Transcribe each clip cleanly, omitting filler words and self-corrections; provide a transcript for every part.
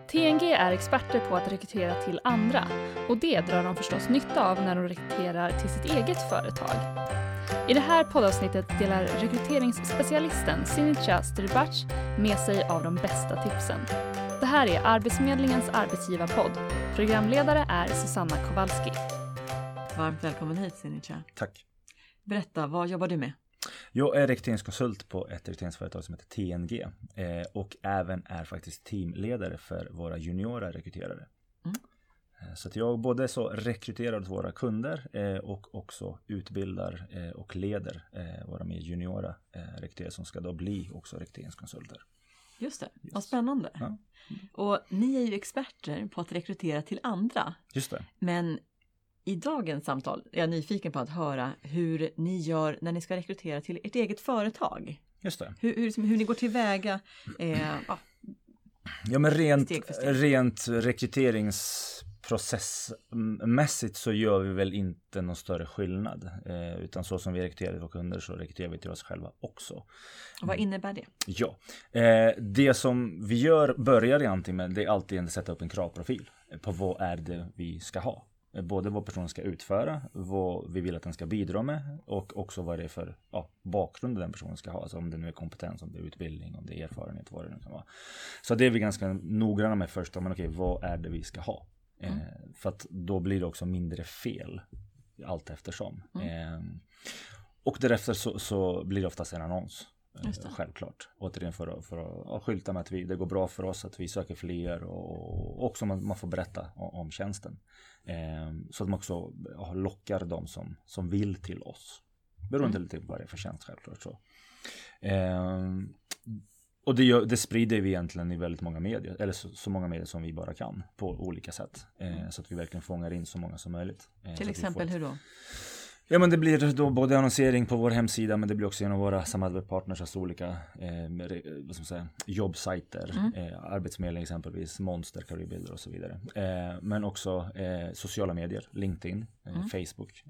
TNG är experter på att rekrytera till andra och det drar de förstås nytta av när de rekryterar till sitt eget företag. I det här poddavsnittet delar rekryteringsspecialisten Sinitja Stribac med sig av de bästa tipsen. Det här är Arbetsförmedlingens arbetsgivarpodd. Programledare är Susanna Kowalski. Varmt välkommen hit, Sinitja. Tack. Berätta, vad jobbar du med? Jag är rekryteringskonsult på ett rekryteringsföretag som heter TNG och även är faktiskt teamledare för våra juniora rekryterare. Så att jag både så rekryterar åt våra kunder och också utbildar och leder våra mer juniora rekryterare som ska då bli också rekryteringskonsulter. Just det, vad spännande. Ja. Och ni är ju experter på att rekrytera till andra. Just det. Men i dagens samtal är jag nyfiken på att höra hur ni gör när ni ska rekrytera till ert eget företag. Just det. Hur ni går tillväga. Ja, men rent steg för steg. Rent rekryteringsprocessmässigt så gör vi väl inte någon större skillnad. Utan så som vi rekryterar till våra kunder så rekryterar vi till oss själva också. Och vad innebär det? Ja, det som vi börjar egentligen med, det är alltid att sätta upp en kravprofil på vad är det vi ska ha. Både vad personen ska utföra, vad vi vill att den ska bidra med och också vad det är för bakgrund den personen ska ha. Alltså om det nu är kompetens, om det är utbildning, om det är erfarenhet, vad det nu kan vara. Så det är vi ganska noggranna med först. Men okej, vad är det vi ska ha? För att då blir det också mindre fel allt eftersom. Och därefter så blir det oftast en annons. Självklart. Återigen för att skylta med att det går bra för oss, att vi söker fler och också man får berätta om tjänsten. Så att man också lockar de som vill till oss. Beroende lite på vad det är för tjänst självklart. Så. Och det sprider vi egentligen i väldigt många medier, eller så många medier som vi bara kan på olika sätt. Så att vi verkligen fångar in så många som möjligt. Till exempel hur då? Ja, men det blir då både annonsering på vår hemsida, men det blir också genom våra samarbetspartners, alltså olika jobbsajter, Arbetsförmedling exempelvis, Monster, Careerbuilder och så vidare. Men också sociala medier, LinkedIn, Facebook.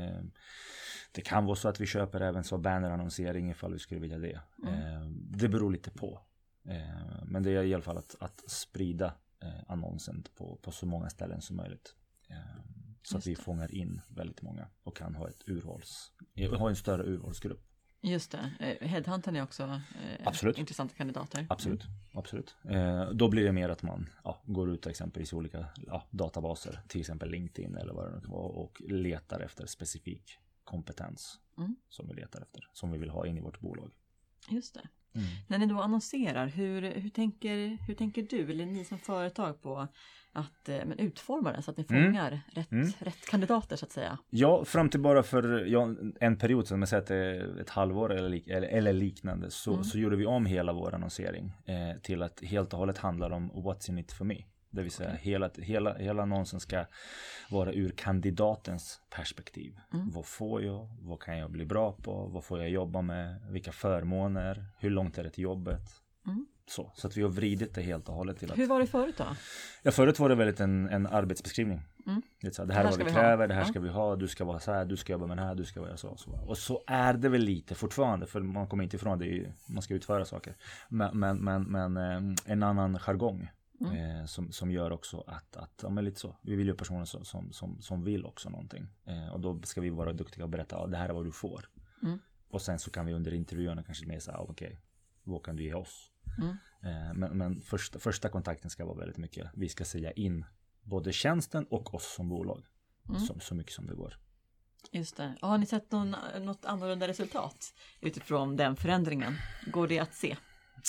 Det kan vara så att vi köper även så bannerannonsering ifall vi skulle vilja det. Det beror lite på. Men det är i alla fall att sprida annonsen på så många ställen som möjligt. Så att vi fångar in väldigt många och kan ha ha en större urvalsgrupp. Just det. Headhuntern är också intressanta kandidater. Absolut. Då blir det mer att man går ut exempelvis i olika databaser, till exempel LinkedIn eller vad det nu kan vara, och letar efter specifik kompetens som vi letar efter, som vi vill ha in i vårt bolag. Just det. När ni då annonserar, hur tänker du eller ni som företag på att utforma det så att ni fångar rätt kandidater så att säga? Ja, fram till bara för en period som jag säger att det är ett halvår eller liknande så gjorde vi om hela vår annonsering till att helt och hållet handla om what's in it for me. Det vill säga hela annonsen ska vara ur kandidatens perspektiv. Vad får jag? Vad kan jag bli bra på? Vad får jag jobba med? Vilka förmåner? Hur långt är det till jobbet? Så att vi har vridit det helt och hållet till att... Hur var det förut då? Ja, förut var det väldigt en arbetsbeskrivning. Det här är vad vi kräver, det här ska vi ha, du ska vara så här, du ska jobba med det här, du ska vara så. Och så är det väl lite fortfarande, för man kommer inte ifrån det, man ska utföra saker. Men en annan jargong. Som gör också att lite så. Vi vill ju personer som vill också någonting. Och då ska vi vara duktiga och berätta, det här är vad du får. Och sen så kan vi under intervjuerna kanske mer säga, okej, vad kan du ge oss? Men första kontakten ska vara väldigt mycket. Vi ska säga in både tjänsten och oss som bolag. Så mycket som det går. Just det. Och har ni sett något annorlunda resultat utifrån den förändringen? Går det att se?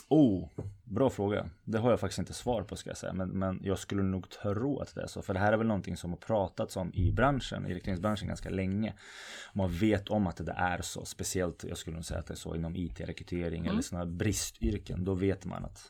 Bra fråga. Det har jag faktiskt inte svar på, ska jag säga. Men jag skulle nog tro att det är så. För det här är väl någonting som har pratats om i rekryteringsbranschen ganska länge. Man vet om att det är så. Speciellt, jag skulle nog säga att det är så inom IT-rekrytering eller sådana bristyrken. Då vet man att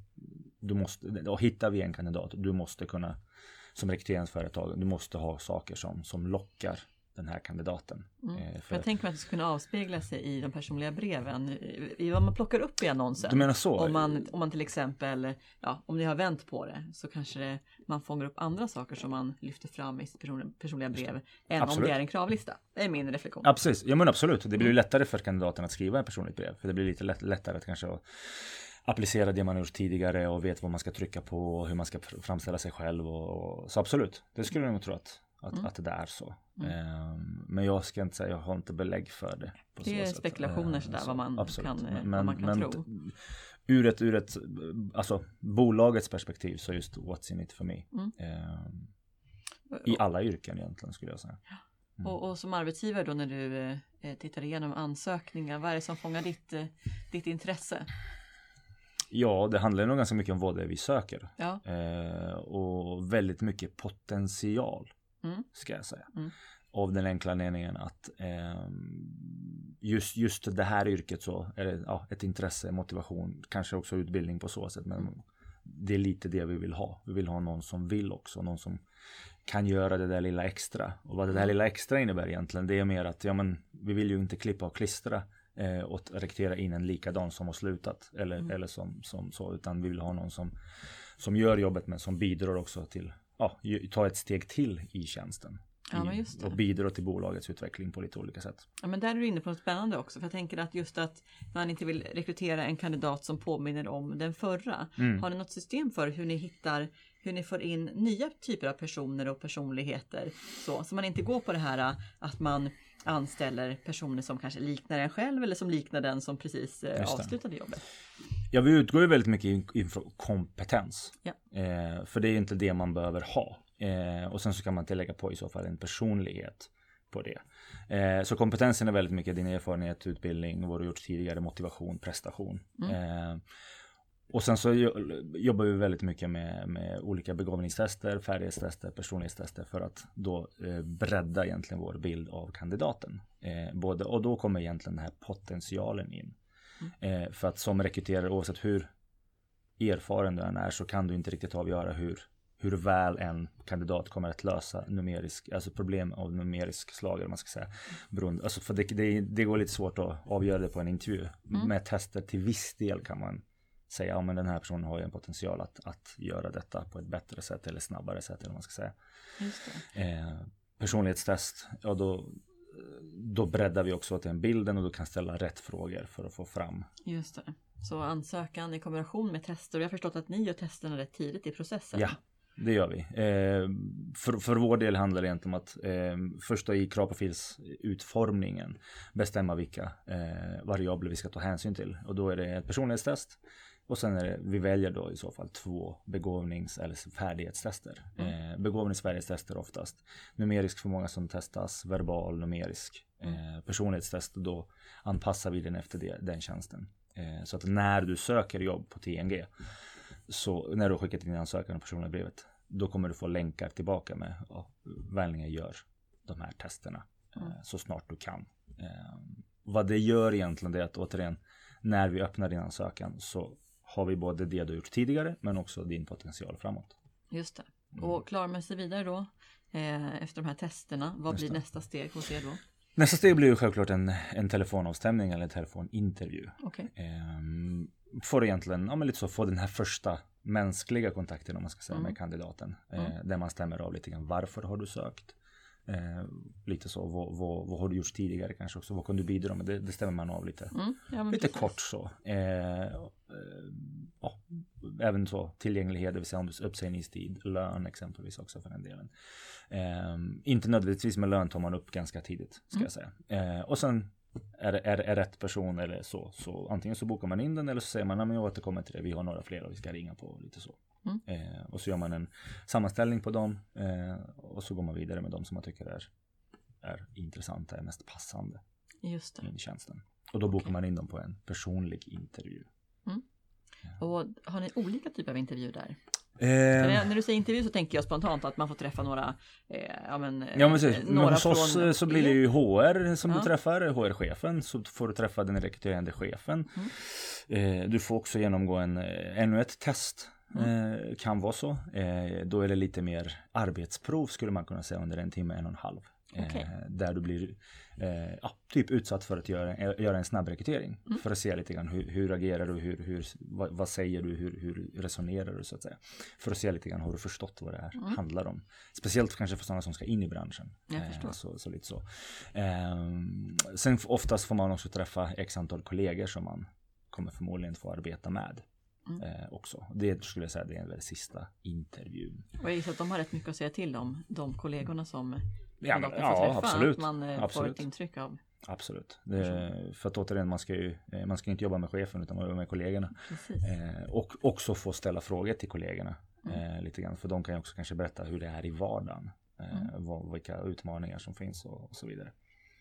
då hittar vi en kandidat. Du måste kunna, som rekryteringsföretag, du måste ha saker som lockar den här kandidaten. För jag tänker mig att det ska kunna avspegla sig i de personliga breven. I vad man plockar upp i annonsen. Du menar så? Om man till exempel, om ni har vänt på det så kanske man fångar upp andra saker som man lyfter fram i sitt personliga brev än om det är en kravlista. Det är min reflektion. Ja, precis. Ja, men absolut. Det blir ju lättare för kandidaten att skriva en personligt brev. För det blir lite lättare att kanske applicera det man gjort tidigare och vet vad man ska trycka på och hur man ska framställa sig själv. Så absolut, det skulle jag nog tro att det är så. Men jag ska inte säga, jag har inte belägg för det. Det är spekulationer sådär, vad man kan tro. Ur ett alltså bolagets perspektiv så just what's in it för mig. I alla yrken egentligen skulle jag säga. Och som arbetsgivare då när du tittar igenom ansökningar, vad är det som fångar ditt intresse? Ja, det handlar nog ganska mycket om vad det är vi söker. Ja. Och väldigt mycket potential ska jag säga. Av den enkla meningen att just det här yrket så är det ett intresse, motivation, kanske också utbildning på så sätt, men det är lite det vi vill ha. Vi vill ha någon som vill också, någon som kan göra det där lilla extra. Och vad det där lilla extra innebär egentligen, det är mer att vi vill ju inte klippa och klistra och rekrytera in en likadan som har slutat eller som så, utan vi vill ha någon som gör jobbet men som bidrar också till ta ett steg till i tjänsten. Ja, men just det. Och bidrar till bolagets utveckling på lite olika sätt. Ja, men där är du inne på något spännande också. För jag tänker att just att man inte vill rekrytera en kandidat som påminner om den förra. Har ni något system för hur ni får in nya typer av personer och personligheter? Så man inte går på det här att man anställer personer som kanske liknar en själv eller som liknar den som precis avslutade jobbet. Ja, vi utgår ju väldigt mycket ifrån kompetens. Ja. För det är ju inte det man behöver ha. Och sen så kan man tillägga på i så fall en personlighet på det. Så kompetensen är väldigt mycket din erfarenhet, utbildning, vad du gjort tidigare, motivation, prestation. Och sen så jobbar vi väldigt mycket med olika begåvningstester, färdighetstester, personlighetstester för att då bredda egentligen vår bild av kandidaten. Och då kommer egentligen den här potentialen in. För att som rekryterare, oavsett hur erfaren du än är, så kan du inte riktigt avgöra hur väl en kandidat kommer att lösa problem av numerisk slag, eller man ska säga. Alltså för det går lite svårt att avgöra det på en intervju. Med tester till viss del kan man säga men den här personen har ju en potential att göra detta på ett bättre sätt eller snabbare sätt, eller man ska säga. Just det. Personlighetstest, då breddar vi också till den bilden och då kan ställa rätt frågor för att få fram. Just det. Så ansökan i kombination med tester. Jag har förstått att ni gör testerna rätt tidigt i processen. Ja, det gör vi. För vår del handlar det egentligen om att först då i kravprofilsutformningen bestämma vilka variabler vi ska ta hänsyn till. Och då är det ett personlighetstest. Och sen vi väljer då i så fall 2 begåvnings- eller färdighetstester. Begåvningsfärdighetstester oftast. Numerisk förmåga som testas, verbal, numerisk. Personlighetstest, då anpassar vi den efter den tjänsten. Så att när du söker jobb på TNG, så när du har skickat in ansökan och personliga brevet, då kommer du få länkar tillbaka med Välningar gör de här testerna så snart du kan. Vad det gör egentligen är att återigen, när vi öppnar din ansökan så har vi både det du gjort tidigare men också din potential framåt. Just det. Och klarar man sig vidare då efter de här testerna, vad blir nästa steg hos er då? Nästa steg blir ju självklart en telefonavstämning eller en telefonintervju. Okay. Får egentligen lite så få den här första mänskliga kontakten, om man ska säga, med kandidaten. Där man stämmer av lite grann. Varför har du sökt? Lite så, vad har du gjort tidigare kanske också? Vad kan du bidra med? Det stämmer man av lite. Lite kort så. Även så tillgänglighet, det vill säga om du uppsägningstid, lön exempelvis också för den delen. Inte nödvändigtvis med lön tar man upp ganska tidigt, ska jag säga. Och sen är rätt person eller så antingen så bokar man in den eller så säger man jag återkommer till det, vi har några fler och vi ska ringa på lite så. Och så gör man en sammanställning på dem och så går man vidare med dem som man tycker är intressanta, är mest passande. Just det. In i tjänsten. Och då bokar man in dem på en personlig intervju. Och har ni olika typer av intervju där? När du säger intervju så tänker jag spontant att man får träffa några hos oss så blir det ju HR som du träffar, HR-chefen, så får du träffa den rekryterande chefen. Du får också genomgå ännu ett test. Kan vara så. Då är det lite mer arbetsprov skulle man kunna säga under 1 timme, 1,5. Där du blir typ utsatt för att göra en snabb rekrytering för att se lite grann hur agerar du, vad säger du, hur resonerar du så att säga, för att se lite grann har du förstått vad det här handlar om, speciellt kanske för sådana som ska in i branschen. Så lite så. Sen oftast får man också träffa x antal kollegor som man kommer förmodligen få arbeta med. också. Det skulle jag säga, det är den sista intervjun. Och jag gissar att de har rätt mycket att säga till om, de kollegorna som ja, man får träffa. Absolut. Att man får ett intryck av. Absolut. För att återigen, man ska inte jobba med chefen utan man jobbar med kollegorna. Och också få ställa frågor till kollegorna lite grann. För de kan ju också kanske berätta hur det är i vardagen. Vilka utmaningar som finns och så vidare.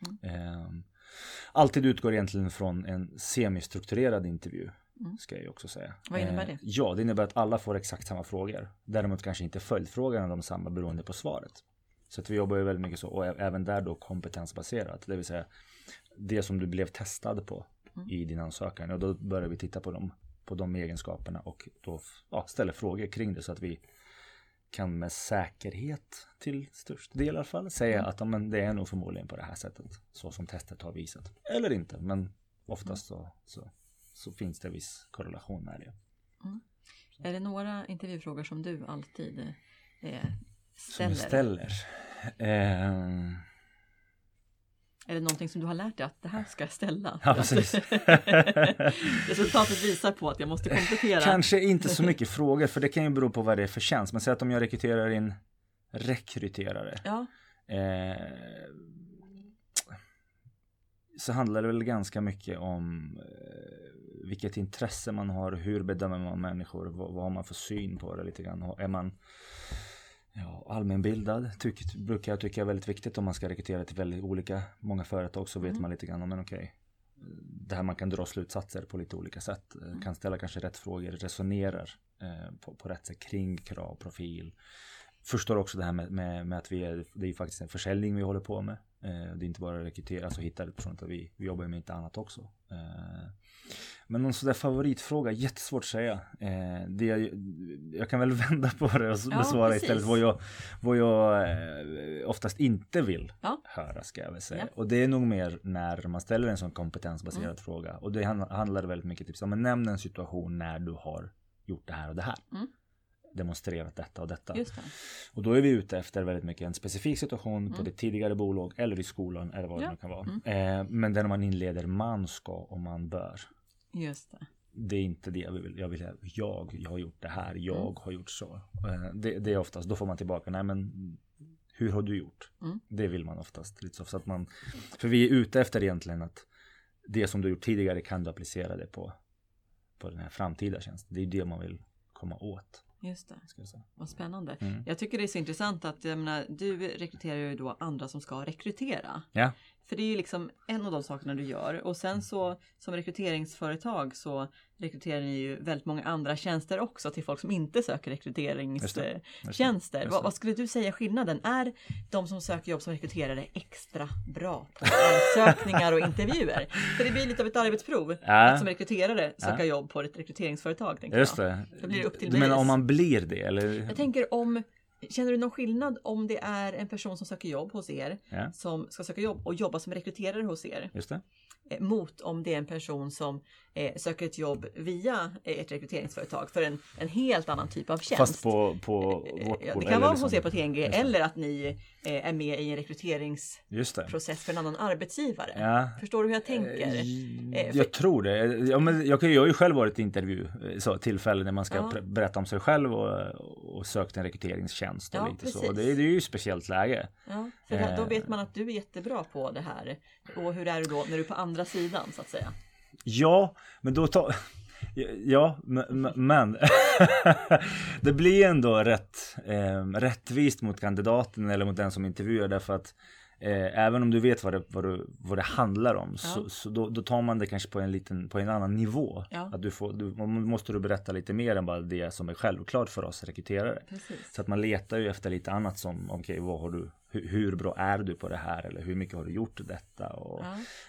Alltid utgår egentligen från en semistrukturerad intervju. Ska jag ju också säga. Vad innebär det? Ja, det innebär att alla får exakt samma frågor. Däremot kanske inte följdfrågorna de samma beroende på svaret. Så att vi jobbar ju väldigt mycket så. Och även där då kompetensbaserat. Det vill säga det som du blev testad på i din ansökan. Och då börjar vi titta på de egenskaperna och då ställer frågor kring det så att vi kan med säkerhet till störst del i alla fall säga att det är nog förmodligen på det här sättet. Så som testet har visat. Eller inte, men oftast så finns det viss korrelation med det. Är det några intervjufrågor som du alltid ställer? Som ställer? Är det någonting som du har lärt dig att det här ska jag ställa? Ja, precis. Resultatet visar på att jag måste komplettera. Kanske inte så mycket frågor, för det kan ju bero på vad det är för tjänst. Men säg att om jag rekryterar in rekryterare. Ja. Så handlar det väl ganska mycket om vilket intresse man har, hur bedömer man människor, vad har man för syn på det lite grann. Är man allmänbildad, brukar jag tycka är väldigt viktigt om man ska rekrytera till väldigt många företag, så vet man lite grann om det här man kan dra slutsatser på lite olika sätt, kan ställa kanske rätt frågor, resonerar på rätt sätt kring krav, profil. Förstår också det här med att det är ju faktiskt en försäljning vi håller på med. Det är inte bara rekrytera, alltså hitta ett person, utan vi jobbar med inte annat också. Men någon sån där favoritfråga, jättesvårt att säga. Jag kan väl vända på det och besvara istället vad jag oftast inte vill höra, ska jag väl säga. Ja. Och det är nog mer när man ställer en sån kompetensbaserad fråga. Och det handlar väldigt mycket typ om, nämn en situation när du har gjort det här och det här. Demonstrerat detta och detta. Just det. Och då är vi ute efter väldigt mycket en specifik situation på det tidigare bolag eller i skolan eller vad det nu kan vara. Men där man inleder man ska och man bör. Just det. Det är inte det jag har gjort det här, jag har gjort så. Det är oftast, då får man tillbaka, nej men hur har du gjort? Det vill man oftast. Lite så att för vi är ute efter egentligen att det som du gjort tidigare kan du applicera det på den här framtida tjänsten. Det är det man vill komma åt. Just det. Vad spännande. Jag tycker det är så intressant att du rekryterar ju då andra som ska rekrytera. Ja. För det är ju liksom en av de sakerna du gör. Och sen så som rekryteringsföretag så rekryterar ni ju väldigt många andra tjänster också till folk som inte söker rekryteringstjänster. Vad skulle du säga skillnaden? Är de som söker jobb som rekryterare extra bra på ansökningar och intervjuer? För det blir lite av ett arbetsprov att som rekryterare söka jobb på ett rekryteringsföretag. Just det. Då blir det upp till du menar om man blir det? Eller? Jag tänker känner du någon skillnad om det är en person som söker jobb hos er som ska söka jobb och jobba som rekryterare hos er? Just det. Mot om det är en person som söker ett jobb via ett rekryteringsföretag för en helt annan typ av tjänst. Fast på vårt bolag. Det kan vara hos er på TNG eller att ni är med i en rekryteringsprocess för en annan arbetsgivare. Ja. Förstår du hur jag tänker? Jag tror det. Jag har ju själv varit i intervju tillfälle när man ska berätta om sig själv och sökt en rekryteringstjänst och lite så. Det är ju ett speciellt läge. Ja, för då vet man att du är jättebra på det här. Och hur är du då när du är på andra sidan så att säga? Ja, men då men det blir ändå rättvist mot kandidaten eller mot den som intervjuar, därför att även om du vet vad det handlar om så då tar man det kanske på en annan nivå. Att måste du berätta lite mer än bara det som är självklart för oss rekryterare. Precis. Så att man letar ju efter lite annat som vad har du, hur bra är du på det här, eller hur mycket har du gjort detta och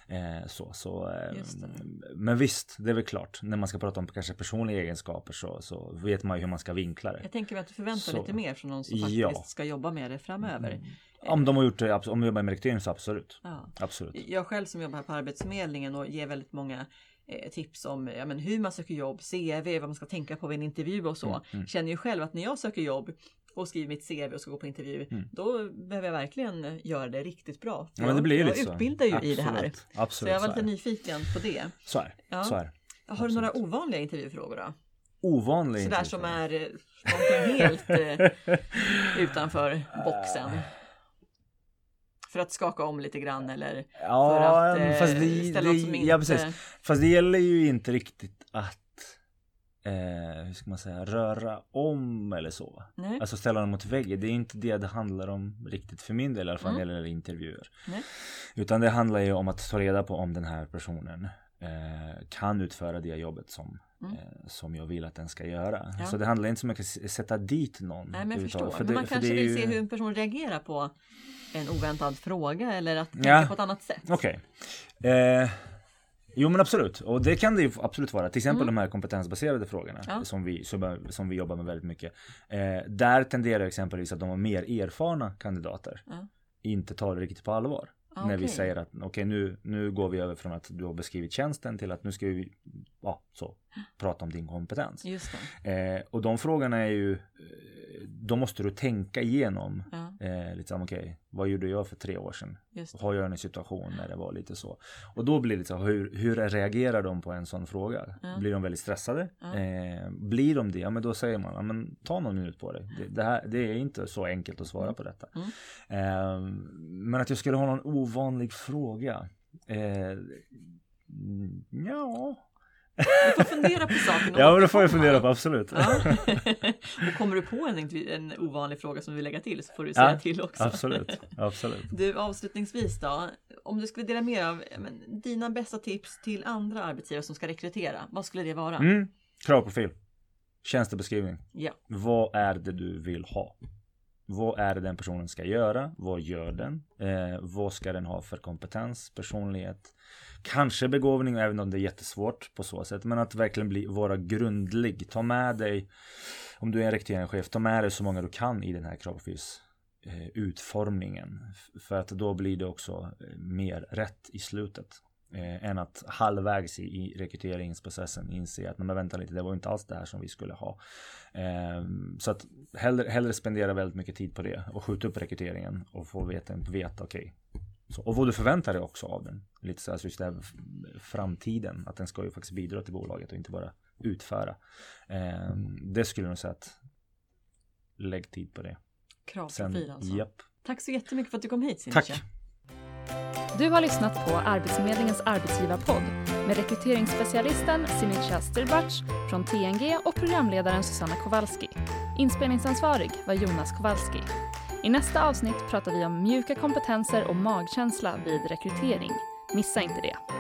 men visst, det är väl klart när man ska prata om kanske personliga egenskaper så vet man ju hur man ska vinkla det. Jag tänker mig att du förväntar lite mer från någon som faktiskt ska jobba med det framöver. Om de har gjort det, om de jobbar med rekrytering så absolut. Absolut. Jag själv som jobbar här på Arbetsförmedlingen och ger väldigt många tips om hur man söker jobb, CV, vad man ska tänka på vid en intervju och så. Känner ju själv att när jag söker jobb och skriver mitt CV och ska gå på intervju, då behöver jag verkligen göra det riktigt bra. Ja, men det blir ju jag utbildar ju i det här. Absolut, så jag var lite nyfiken på det. Så är. Har du några ovanliga intervjufrågor då? ovanlig. Sådär som är någonting helt utanför boxen. För att skaka om lite grann eller för att fast ställa något som inte... Ja, precis. Fast det gäller ju inte riktigt att hur ska man säga, röra om eller så. Nej. Alltså ställa dem mot väggen. Det är inte det handlar om riktigt för min del i alla fall eller intervjuer. Nej. Utan det handlar ju om att ta reda på om den här personen kan utföra det jobbet som jag vill att den ska göra. Ja. Så det handlar inte så mycket om att sätta dit någon. Nej, men jag förstår. Men man kanske vill se hur en person reagerar på en oväntad fråga eller att tänka på ett annat sätt. Okej. Jo men absolut, och det kan det ju absolut vara. Till exempel de här kompetensbaserade frågorna som vi jobbar med väldigt mycket. Där tenderar exempelvis att de har mer erfarna kandidater inte tar det riktigt på allvar. När vi säger att nu går vi över från att du har beskrivit tjänsten till att nu ska vi prata om din kompetens. Just det. Och de frågorna är ju, då måste du tänka igenom lite som vad gjorde jag för 3 år sedan? Har jag en situation när det var lite så? Och då blir det så, hur reagerar de på en sån fråga? Blir de väldigt stressade? Blir de det? Ja, men då säger man, men ta någon minut på det. Det är inte så enkelt att svara på detta. Men att jag skulle ha någon ovanlig fråga. Du får fundera på saken. Ja, men det får jag fundera på, absolut. Och kommer du på en ovanlig fråga som du vill lägga till så får du säga till också. Absolut. Du, avslutningsvis då, om du skulle dela med av dina bästa tips till andra arbetsgivare som ska rekrytera, vad skulle det vara? Kravprofil. Tjänstebeskrivning. Ja. Vad är det du vill ha? Vad är det den personen ska göra? Vad gör den? Vad ska den ha för kompetens, personlighet? Kanske begåvning, även om det är jättesvårt på så sätt. Men att verkligen vara grundlig. Ta med dig, om du är en rekryteringschef, ta med dig så många du kan i den här kravprofilsutformningen. För att då blir det också mer rätt i slutet. Än att halvvägs i rekryteringsprocessen inse att men vänta lite, det var inte alls det här som vi skulle ha. Så att hellre spendera väldigt mycket tid på det och skjuta upp rekryteringen och få veta och vad du förväntar dig också av den. Lite så här, just det här framtiden, att den ska ju faktiskt bidra till bolaget och inte bara utföra. Det skulle jag nog säga att lägg tid på det. Kravprofil alltså. Japp. Tack så jättemycket för att du kom hit, Sincha. Tack. Du har lyssnat på Arbetsförmedlingens arbetsgivarpodd med rekryteringsspecialisten Sincha Stirbac från TNG och programledaren Susanna Kowalski. Inspelningsansvarig var Jonas Kowalski. I nästa avsnitt pratar vi om mjuka kompetenser och magkänsla vid rekrytering. Missa inte det.